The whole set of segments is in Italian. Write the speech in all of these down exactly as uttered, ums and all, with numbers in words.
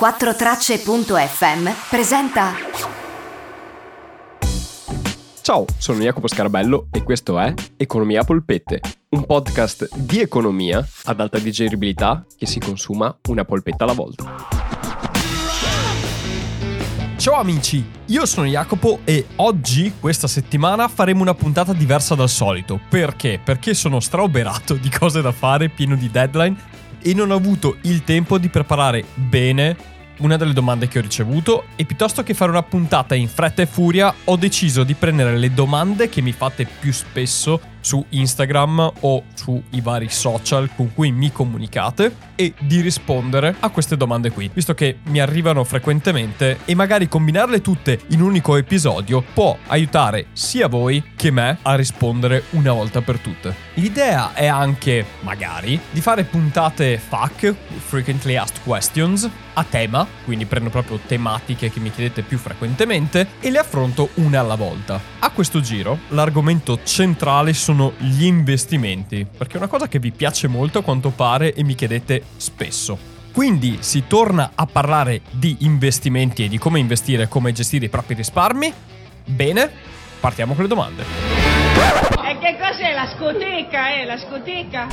quattro tracce punto effe emme presenta. Ciao, sono Jacopo Scarabello e questo è Economia a polpette, un podcast di economia ad alta digeribilità che si consuma una polpetta alla volta. Ciao amici, io sono Jacopo e oggi, questa settimana, faremo una puntata diversa dal solito. Perché? Perché sono straoberato di cose da fare, pieno di deadline e non ho avuto il tempo di preparare bene una delle domande che ho ricevuto e piuttosto che fare una puntata in fretta e furia ho deciso di prendere le domande che mi fate più spesso su Instagram o sui vari social con cui mi comunicate e di rispondere a queste domande qui, visto che mi arrivano frequentemente e magari combinarle tutte in un unico episodio può aiutare sia voi che me a rispondere una volta per tutte. L'idea è anche, magari, di fare puntate F A Q, Frequently Asked Questions, a tema, quindi prendo proprio tematiche che mi chiedete più frequentemente e le affronto una alla volta. A questo giro l'argomento centrale sono gli investimenti, perché è una cosa che vi piace molto a quanto pare e mi chiedete spesso. Quindi si torna a parlare di investimenti e di come investire e come gestire i propri risparmi. Bene, partiamo con le domande. E che cos'è la scoteca, eh? La scoteca?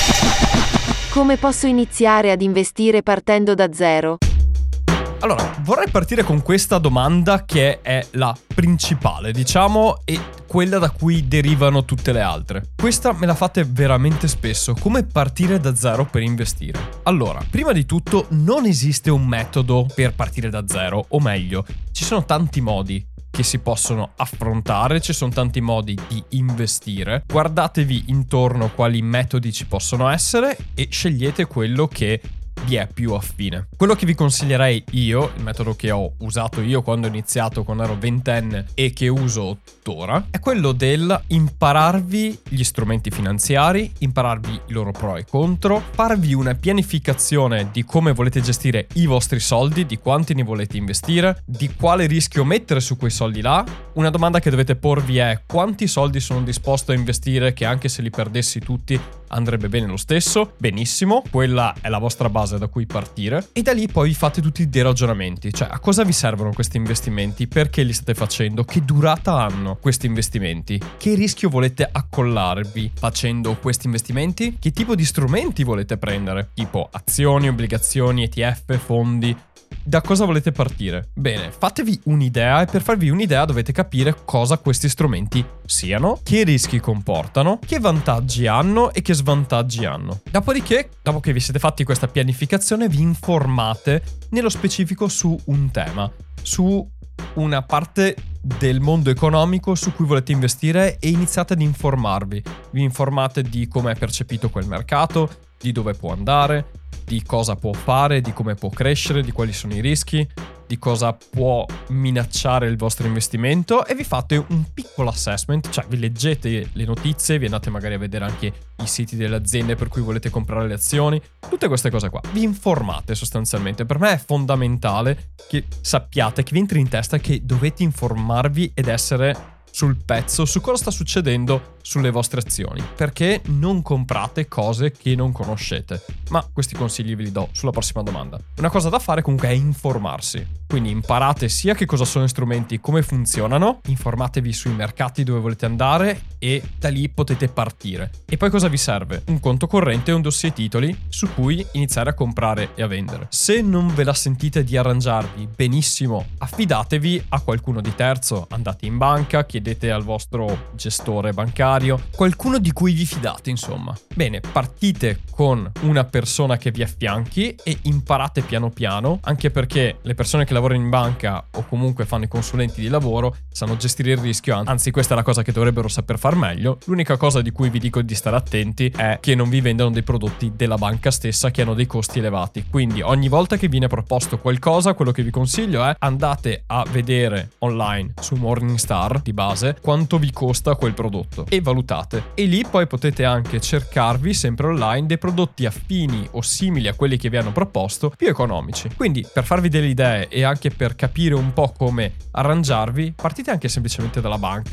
Come posso iniziare ad investire partendo da zero? Allora, vorrei partire con questa domanda che è la principale, diciamo, e quella da cui derivano tutte le altre. Questa me la fate veramente spesso, come partire da zero per investire. Allora, prima di tutto non esiste un metodo per partire da zero, o meglio, ci sono tanti modi che si possono affrontare, ci sono tanti modi di investire. Guardatevi intorno quali metodi ci possono essere e scegliete quello che vi è più affine. Quello che vi consiglierei io, il metodo che ho usato io quando ho iniziato, quando ero ventenne e che uso tuttora, è quello del impararvi gli strumenti finanziari, impararvi i loro pro e contro, farvi una pianificazione di come volete gestire i vostri soldi, di quanti ne volete investire, di quale rischio mettere su quei soldi là. Una domanda che dovete porvi è: quanti soldi sono disposto a investire che anche se li perdessi tutti andrebbe bene lo stesso? Benissimo, quella è la vostra base da cui partire e da lì poi fate tutti dei ragionamenti, cioè a cosa vi servono questi investimenti, perché li state facendo, che durata hanno questi investimenti, che rischio volete accollarvi facendo questi investimenti, che tipo di strumenti volete prendere, tipo azioni, obbligazioni, E T F, fondi. Da cosa volete partire? Bene, fatevi un'idea e per farvi un'idea dovete capire cosa questi strumenti siano, che rischi comportano, che vantaggi hanno e che svantaggi hanno. Dopodiché, dopo che vi siete fatti questa pianificazione, vi informate nello specifico su un tema, su una parte del mondo economico su cui volete investire e iniziate ad informarvi. Vi informate di come è percepito quel mercato, di dove può andare, di cosa può fare, di come può crescere, di quali sono i rischi, di cosa può minacciare il vostro investimento e vi fate un piccolo assessment, cioè vi leggete le notizie, vi andate magari a vedere anche i siti delle aziende per cui volete comprare le azioni, tutte queste cose qua. Vi informate sostanzialmente. Per me è fondamentale che sappiate, che vi entri in testa che dovete informarvi ed essere sul pezzo su cosa sta succedendo sulle vostre azioni, perché non comprate cose che non conoscete. Ma questi consigli ve li do sulla prossima domanda. Una cosa da fare comunque è informarsi, quindi imparate sia che cosa sono gli strumenti, come funzionano, informatevi sui mercati dove volete andare e da lì potete partire. E poi cosa vi serve? Un conto corrente e un dossier titoli su cui iniziare a comprare e a vendere. Se non ve la sentite di arrangiarvi benissimo, affidatevi a qualcuno di terzo, andate in banca, chiedete al vostro gestore bancario, qualcuno di cui vi fidate, insomma. Bene, partite con una persona che vi affianchi e imparate piano piano, anche perché le persone che lavorano in banca o comunque fanno i consulenti di lavoro sanno gestire il rischio, anzi questa è la cosa che dovrebbero saper far meglio. L'unica cosa di cui vi dico di stare attenti è che non vi vendano dei prodotti della banca stessa che hanno dei costi elevati, quindi ogni volta che viene proposto qualcosa, quello che vi consiglio è andate a vedere online su Morningstar di base quanto vi costa quel prodotto e valutate, e lì poi potete anche cercarvi sempre online dei prodotti affini o simili a quelli che vi hanno proposto, più economici. Quindi per farvi delle idee e anche per capire un po' come arrangiarvi, partite anche semplicemente dalla banca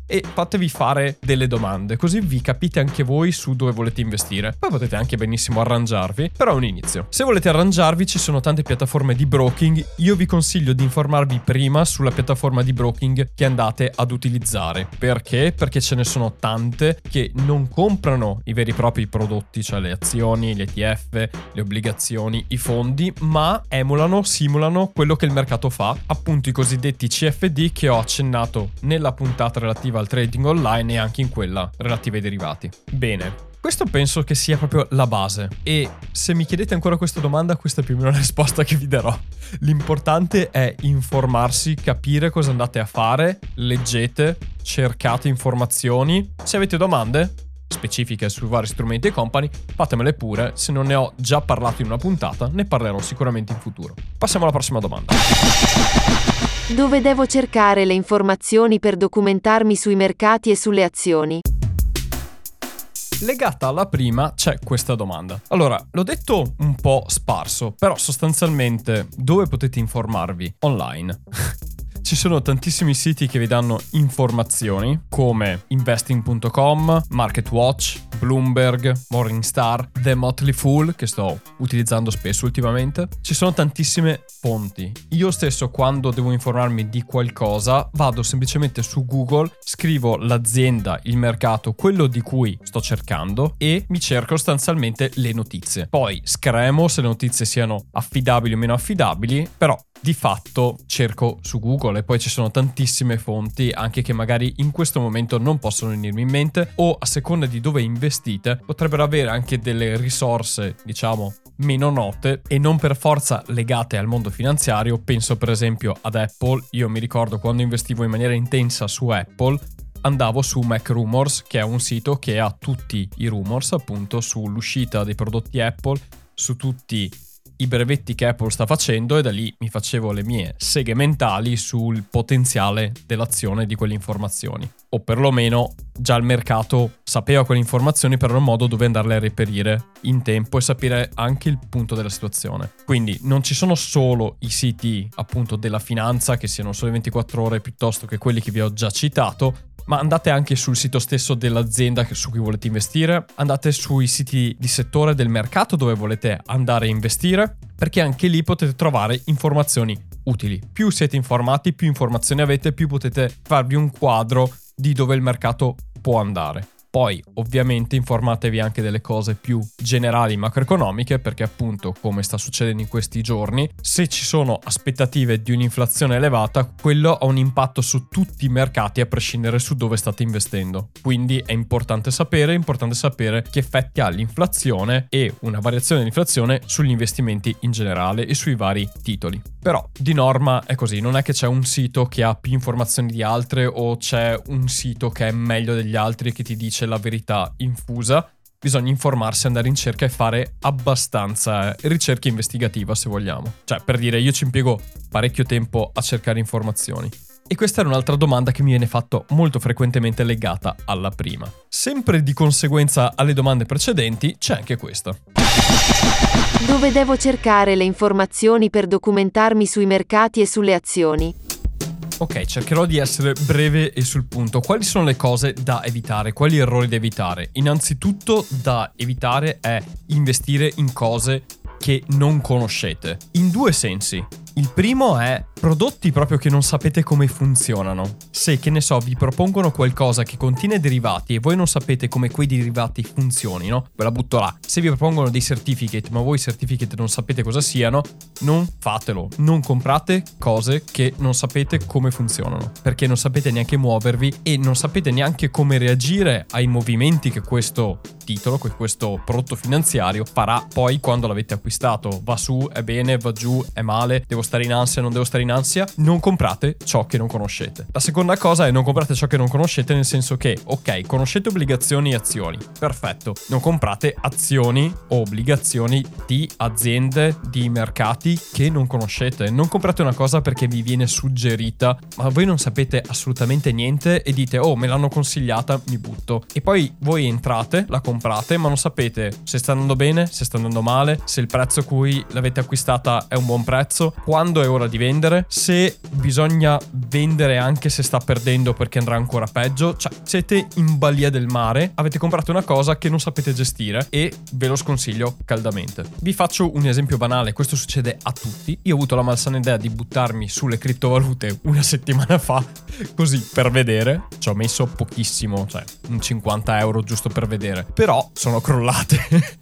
e fatevi fare delle domande, così vi capite anche voi su dove volete investire. Poi potete anche benissimo arrangiarvi, però è un inizio. Se volete arrangiarvi ci sono tante piattaforme di broking, io vi consiglio di informarvi prima sulla piattaforma di broking che andate ad utilizzare. Perché? Perché ce ne sono tante che non comprano i veri e propri prodotti, cioè le azioni, gli E T F, le obbligazioni, i fondi, ma emulano, simulano quello che il mercato fa, appunto i cosiddetti C F D che ho accennato nella puntata relativa al trading online e anche in quella relativa ai derivati. Bene. Questo penso che sia proprio la base e se mi chiedete ancora questa domanda, questa è più o meno la risposta che vi darò. L'importante è informarsi, capire cosa andate a fare, leggete, cercate informazioni. Se avete domande specifiche su vari strumenti e company, fatemele pure, se non ne ho già parlato in una puntata, ne parlerò sicuramente in futuro. Passiamo alla prossima domanda. Dove devo cercare le informazioni per documentarmi sui mercati e sulle azioni? Legata alla prima c'è questa domanda. Allora, l'ho detto un po' sparso, però sostanzialmente dove potete informarvi? Online. Ci sono tantissimi siti che vi danno informazioni come investing punto com, MarketWatch, Bloomberg, Morningstar, The Motley Fool, che sto utilizzando spesso ultimamente. Ci sono tantissime fonti. Io stesso quando devo informarmi di qualcosa vado semplicemente su Google, scrivo l'azienda, il mercato, quello di cui sto cercando e mi cerco sostanzialmente le notizie. Poi scremo se le notizie siano affidabili o meno affidabili, però di fatto cerco su Google e poi ci sono tantissime fonti anche che magari in questo momento non possono venirmi in mente o a seconda di dove investite potrebbero avere anche delle risorse diciamo meno note e non per forza legate al mondo finanziario. Penso per esempio ad Apple. Io mi ricordo quando investivo in maniera intensa su Apple andavo su Mac Rumors, che è un sito che ha tutti i rumors appunto sull'uscita dei prodotti Apple, su tutti i brevetti che Apple sta facendo e da lì mi facevo le mie seghe mentali sul potenziale dell'azione di quelle informazioni. O perlomeno già il mercato sapeva quelle informazioni per un modo dove andarle a reperire in tempo e sapere anche il punto della situazione. Quindi non ci sono solo i siti appunto della finanza che siano sole ventiquattro ore piuttosto che quelli che vi ho già citato, ma andate anche sul sito stesso dell'azienda su cui volete investire, andate sui siti di settore del mercato dove volete andare a investire, perché anche lì potete trovare informazioni utili. Più siete informati, più informazioni avete, più potete farvi un quadro di dove il mercato può andare. Poi ovviamente informatevi anche delle cose più generali macroeconomiche perché appunto come sta succedendo in questi giorni se ci sono aspettative di un'inflazione elevata quello ha un impatto su tutti i mercati a prescindere su dove state investendo. Quindi è importante sapere, è importante sapere che effetti ha l'inflazione e una variazione dell'inflazione sugli investimenti in generale e sui vari titoli. Però di norma è così, non è che c'è un sito che ha più informazioni di altre o c'è un sito che è meglio degli altri che ti dice la verità infusa. Bisogna informarsi, andare in cerca e fare abbastanza ricerca investigativa se vogliamo. Cioè per dire io ci impiego parecchio tempo a cercare informazioni. E questa era un'altra domanda che mi viene fatta molto frequentemente legata alla prima. Sempre di conseguenza alle domande precedenti c'è anche questa. Dove devo cercare le informazioni per documentarmi sui mercati e sulle azioni? Ok, cercherò di essere breve e sul punto. Quali sono le cose da evitare? Quali errori da evitare? Innanzitutto da evitare è investire in cose che non conoscete. In due sensi. Il primo è prodotti proprio che non sapete come funzionano. Se, che ne so, vi propongono qualcosa che contiene derivati e voi non sapete come quei derivati funzionino, ve la butto là. Se vi propongono dei certificate, ma voi i certificate non sapete cosa siano, non fatelo. Non comprate cose che non sapete come funzionano, perché non sapete neanche muovervi e non sapete neanche come reagire ai movimenti che questo titolo, che questo prodotto finanziario farà poi quando l'avete acquistato. Va su, è bene, va giù, è male, devo stare in ansia, non devo stare in ansia. Non comprate ciò che non conoscete. La seconda cosa è non comprate ciò che non conoscete, nel senso che, ok, conoscete obbligazioni e azioni, perfetto, non comprate azioni o obbligazioni di aziende, di mercati che non conoscete. Non comprate una cosa perché vi viene suggerita, ma voi non sapete assolutamente niente e dite, oh, me l'hanno consigliata, mi butto. E poi voi entrate, la comprate, ma non sapete se sta andando bene, se sta andando male, se il prezzo a cui l'avete acquistata è un buon prezzo, quando è ora di vendere, vendere, se bisogna vendere anche se sta perdendo perché andrà ancora peggio. Cioè, siete in balia del mare, avete comprato una cosa che non sapete gestire e ve lo sconsiglio caldamente. Vi faccio un esempio banale, questo succede a tutti. Io ho avuto la malsana idea di buttarmi sulle criptovalute una settimana fa, così per vedere. Ci ho messo pochissimo, cioè un cinquanta euro giusto per vedere, però sono crollate.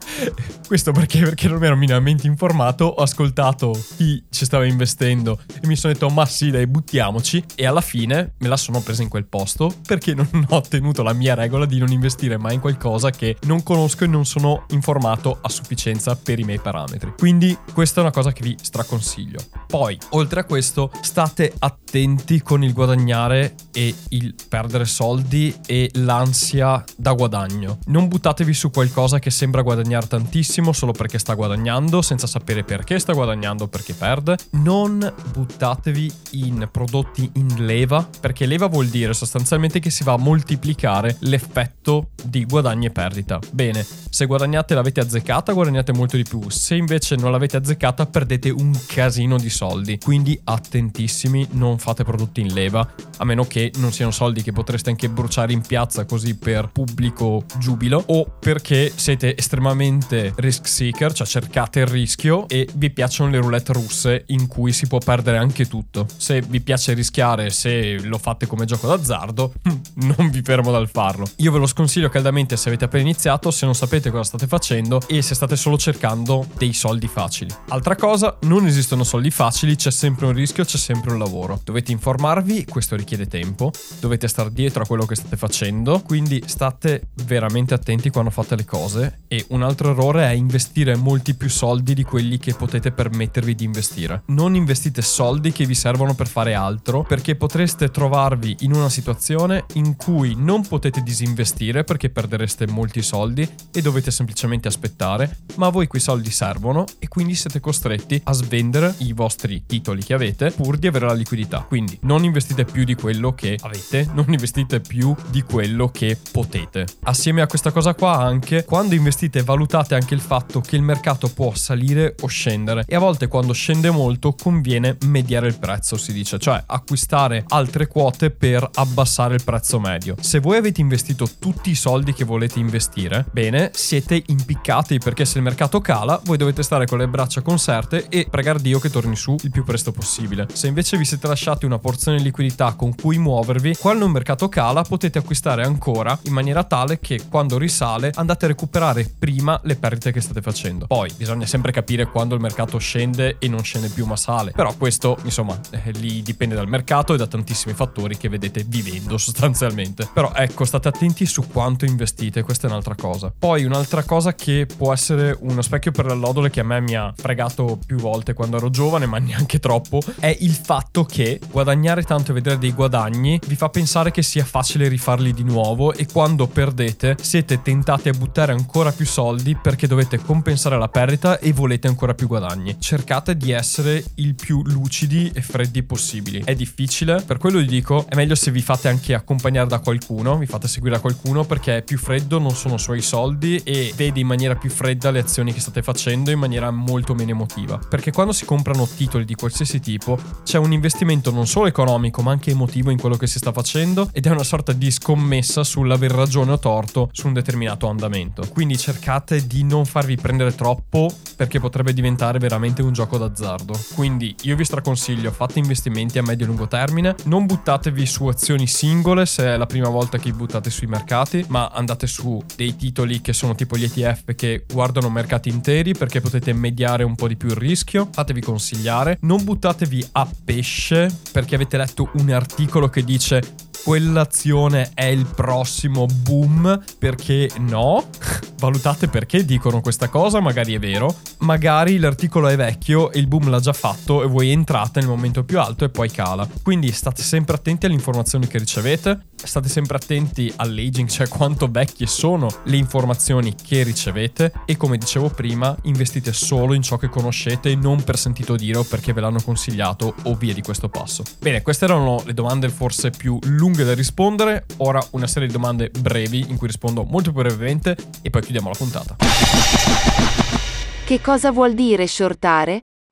Questo perché? Perché non mi ero minimamente informato, ho ascoltato chi ci stava investendo e mi sono detto ma sì dai buttiamoci, e alla fine me la sono presa in quel posto perché non ho tenuto la mia regola di non investire mai in qualcosa che non conosco e non sono informato a sufficienza per i miei parametri. Quindi questa è una cosa che vi straconsiglio. Poi oltre a questo state attenti con il guadagnare e il perdere soldi e l'ansia da guadagno. Non buttatevi su qualcosa che sembra guadagnare tantissimo solo perché sta guadagnando senza sapere perché sta guadagnando, perché perde. Non buttatevi in prodotti in leva, perché leva vuol dire sostanzialmente che si va a moltiplicare l'effetto di guadagno e perdita. Bene, se guadagnate l'avete azzeccata, guadagnate molto di più. Se invece non l'avete azzeccata, perdete un casino di soldi. Quindi attentissimi, non fate prodotti in leva, a meno che non siano soldi che potreste anche bruciare in piazza così per pubblico giubilo, o perché siete estremamente risk seeker, cioè cercate il rischio e vi piacciono le roulette russe in cui si può perdere anche tutto. Se vi piace rischiare, se lo fate come gioco d'azzardo, non vi fermo dal farlo. Io ve lo sconsiglio caldamente se avete appena iniziato, se non sapete cosa state facendo e se state solo cercando dei soldi facili. Altra cosa, non esistono soldi facili, c'è sempre un rischio, c'è sempre un lavoro. Dovete informarvi, questo richiede tempo, dovete stare dietro a quello che state facendo, quindi state veramente attenti quando fate le cose. E un altro errore è investire molti più soldi di quelli che potete permettervi di investire. Non investite soldi che vi servono per fare altro, perché potreste trovarvi in una situazione in cui non potete disinvestire perché perdereste molti soldi e dovete semplicemente aspettare, ma a voi quei soldi servono e quindi siete costretti a svendere i vostri titoli che avete pur di avere la liquidità. Quindi non investite più di quello che avete, non investite più di quello che potete. Assieme a questa cosa qua, anche quando investite valutate anche il fatto che il mercato può salire o scendere, e a volte quando scende molto conviene mediare il prezzo, si dice, cioè acquistare altre quote per abbassare il prezzo medio. Se voi avete investito tutti i soldi che volete investire, bene, siete impiccati, perché se il mercato cala voi dovete stare con le braccia conserte e pregare Dio che torni su il più presto possibile. Se invece vi siete lasciati una porzione di liquidità con cui muovervi, quando il mercato cala potete acquistare ancora, in maniera tale che quando risale andate a recuperare prima le perdite che state facendo. Poi bisogna sempre capire quando il mercato scende e non scende più ma sale, però questo insomma eh, lì dipende dal mercato e da tantissimi fattori che vedete vivendo sostanzialmente. Però ecco, state attenti su quanto investite, questa è un'altra cosa. Poi un'altra cosa che può essere uno specchio per l'allodole, che a me mi ha fregato più volte quando ero giovane, ma neanche troppo, è il fatto che guadagnare tanto e vedere dei guadagni vi fa pensare che sia facile rifarli di nuovo, e quando perdete siete tentati a buttare ancora più soldi perché dovete compensare la perdita e volete ancora più guadagni. Cercate di essere il più lucidi e freddi possibili. È difficile, per quello vi dico è meglio se vi fate anche accompagnare da qualcuno, vi fate seguire da qualcuno, perché è più freddo, non sono suoi soldi e vede in maniera più fredda le azioni che state facendo in maniera molto meno emotiva. Perché quando si comprano titoli di qualsiasi tipo c'è un investimento non solo economico ma anche emotivo in quello che si sta facendo, ed è una sorta di scommessa sull'aver ragione o torto su un determinato andamento. Quindi cercate di non farvi prendere troppo, perché potrebbe diventare veramente un gioco d'azzardo. Quindi io vi straconsiglio, fate investimenti a medio e lungo termine, non buttatevi su azioni singole se è la prima volta che vi buttate sui mercati, ma andate su dei titoli che sono tipo gli E T F che guardano mercati interi, perché potete mediare un po' di più il rischio. Fatevi consigliare, non buttatevi a pesce perché avete letto un articolo che dice quell'azione è il prossimo boom, perché no. Valutate perché dicono questa cosa, magari è vero, magari l'articolo è vecchio e il boom l'ha già fatto e voi entrate nel momento più alto e poi cala. Quindi state sempre attenti alle informazioni che ricevete, state sempre attenti all'aging, cioè quanto vecchie sono le informazioni che ricevete, e come dicevo prima investite solo in ciò che conoscete e non per sentito dire o perché ve l'hanno consigliato o via di questo passo. Bene, queste erano le domande forse più lunghe da rispondere, ora una serie di domande brevi in cui rispondo molto più brevemente e poi chiudiamo la puntata. Che cosa vuol dire shortare?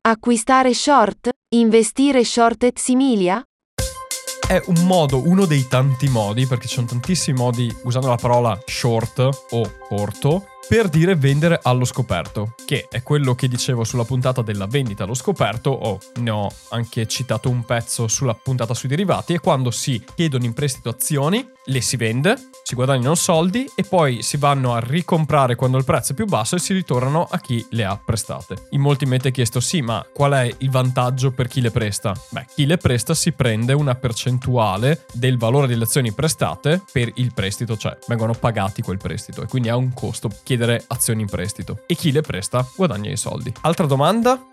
Acquistare short? Investire short et similia? È un modo, uno dei tanti modi, perché ci sono tantissimi modi usando la parola short o corto, per dire vendere allo scoperto, che è quello che dicevo sulla puntata della vendita allo scoperto, o ne ho anche citato un pezzo sulla puntata sui derivati, è quando si chiedono in prestito azioni, le si vende, si guadagnano soldi e poi si vanno a ricomprare quando il prezzo è più basso e si ritornano a chi le ha prestate. In molti mi avete chiesto, sì, ma qual è il vantaggio per chi le presta? Beh, chi le presta si prende una percentuale del valore delle azioni prestate per il prestito, cioè vengono pagati quel prestito e quindi ha un costo chiedere azioni in prestito. E chi le presta guadagna i soldi. Altra domanda?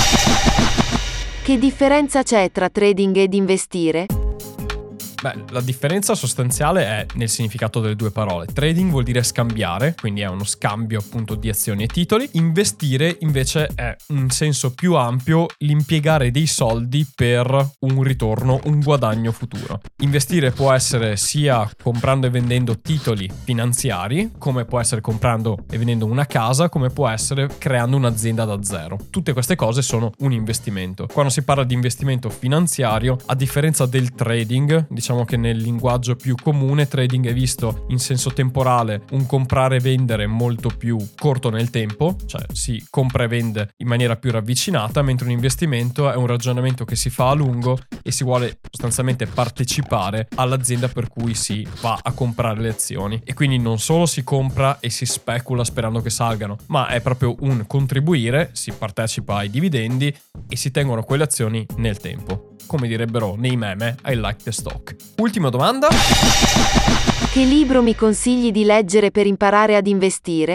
Che differenza c'è tra trading ed investire? Beh, la differenza sostanziale è nel significato delle due parole. Trading vuol dire scambiare, quindi è uno scambio appunto di azioni e titoli. Investire invece è, in senso più ampio, l'impiegare dei soldi per un ritorno, un guadagno futuro. Investire può essere sia comprando e vendendo titoli finanziari, come può essere comprando e vendendo una casa, come può essere creando un'azienda da zero. Tutte queste cose sono un investimento. Quando si parla di investimento finanziario, a differenza del trading, diciamo che nel linguaggio più comune trading è visto in senso temporale, un comprare e vendere molto più corto nel tempo, cioè si compra e vende in maniera più ravvicinata, mentre un investimento è un ragionamento che si fa a lungo e si vuole sostanzialmente partecipare all'azienda per cui si va a comprare le azioni. E quindi non solo si compra e si specula sperando che salgano, ma è proprio un contribuire, si partecipa ai dividendi e si tengono quelle azioni nel tempo. Come direbbero nei meme, I like the stock. Ultima domanda. Che libro mi consigli di leggere per imparare ad investire?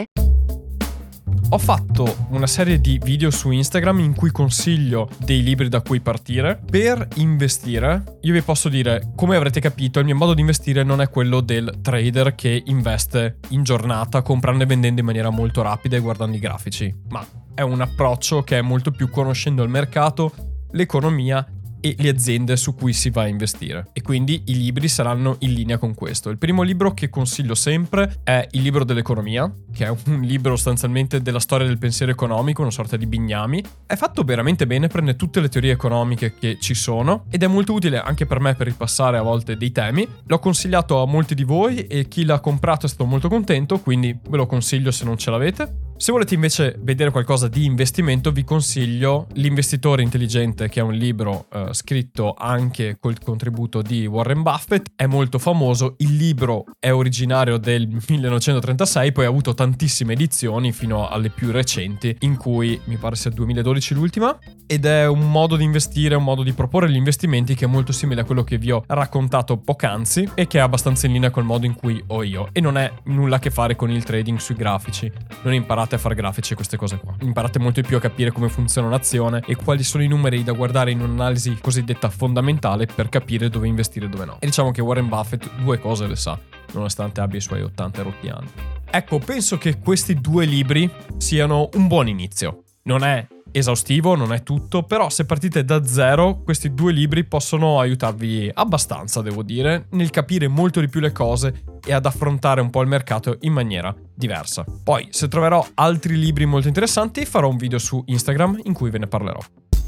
Ho fatto una serie di video su Instagram in cui consiglio dei libri da cui partire per investire. Io vi posso dire, come avrete capito, il mio modo di investire non è quello del trader che investe in giornata comprando e vendendo in maniera molto rapida e guardando i grafici, ma è un approccio che è molto più conoscendo il mercato, l'economia e le aziende su cui si va a investire, e quindi i libri saranno in linea con questo. Il primo libro che consiglio sempre è il libro dell'economia, che è un libro sostanzialmente della storia del pensiero economico, una sorta di Bignami. È fatto veramente bene, prende tutte le teorie economiche che ci sono ed è molto utile anche per me per ripassare a volte dei temi. L'ho consigliato a molti di voi e chi l'ha comprato è stato molto contento, quindi ve lo consiglio se non ce l'avete. Se volete invece vedere qualcosa di investimento, vi consiglio L'investitore intelligente, che è un libro eh, scritto anche col contributo di Warren Buffett. È molto famoso, il libro è originario del millenovecentotrentasei, poi ha avuto tantissime edizioni fino alle più recenti, in cui mi pare sia duemiladodici l'ultima, ed è un modo di investire, un modo di proporre gli investimenti che è molto simile a quello che vi ho raccontato poc'anzi e che è abbastanza in linea col modo in cui ho io, e non è nulla a che fare con il trading sui grafici. Non imparate a fare grafici e queste cose qua, imparate molto di più a capire come funziona un'azione e quali sono i numeri da guardare in un'analisi cosiddetta fondamentale per capire dove investire e dove no. E diciamo che Warren Buffett due cose le sa, nonostante abbia i suoi ottanta rotti anni. Ecco, penso che questi due libri siano un buon inizio. Non è esaustivo, non è tutto, però se partite da zero, questi due libri possono aiutarvi abbastanza, devo dire, nel capire molto di più le cose e ad affrontare un po' il mercato in maniera diversa. Poi, se troverò altri libri molto interessanti, farò un video su Instagram in cui ve ne parlerò.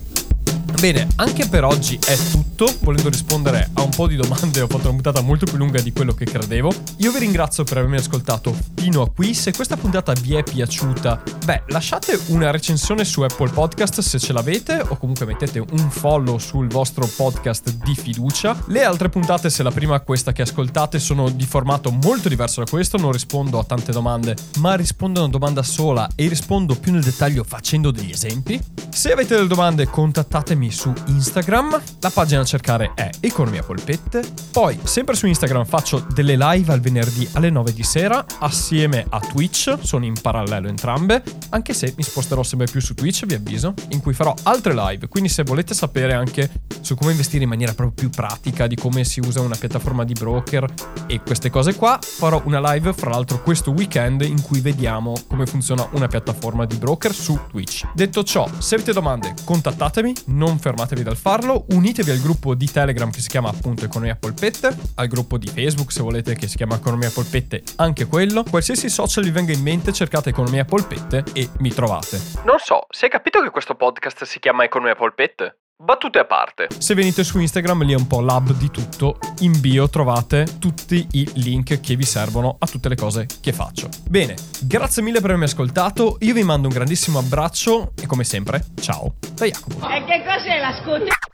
Bene, anche per oggi è tutto. Volendo rispondere a un po' di domande ho fatto una puntata molto più lunga di quello che credevo. Io vi ringrazio per avermi ascoltato fino a qui. Se questa puntata vi è piaciuta, beh, lasciate una recensione su Apple Podcast se ce l'avete, o comunque mettete un follow sul vostro podcast di fiducia. Le altre puntate, se la prima è questa che ascoltate, sono di formato molto diverso da questo. Non rispondo a tante domande, ma rispondo a una domanda sola e rispondo più nel dettaglio facendo degli esempi. Se avete delle domande, contattatemi su Instagram. La pagina da cercare è Economia Polpette. Poi, sempre su Instagram, faccio delle live al venerdì alle nove di sera assieme a Twitch. Sono in parallelo entrambe, anche se mi sposterò sempre più su Twitch, vi avviso, in cui farò altre live. Quindi se volete sapere anche su come investire in maniera proprio più pratica, di come si usa una piattaforma di broker e queste cose qua, farò una live fra l'altro questo weekend in cui vediamo come funziona una piattaforma di broker su Twitch. Detto ciò, se avete domande, contattatemi. Non non fermatevi dal farlo, unitevi al gruppo di Telegram che si chiama appunto Economia Polpette, al gruppo di Facebook se volete che si chiama Economia Polpette, anche quello, qualsiasi social vi venga in mente cercate Economia Polpette e mi trovate. Non so, si è capito che questo podcast si chiama Economia Polpette? Battute a parte. Se venite su Instagram lì è un po' l'hub di tutto, in bio trovate tutti i link che vi servono a tutte le cose che faccio. Bene, grazie mille per avermi ascoltato, io vi mando un grandissimo abbraccio e come sempre, ciao da Jacopo. E che cos'è la scoteca?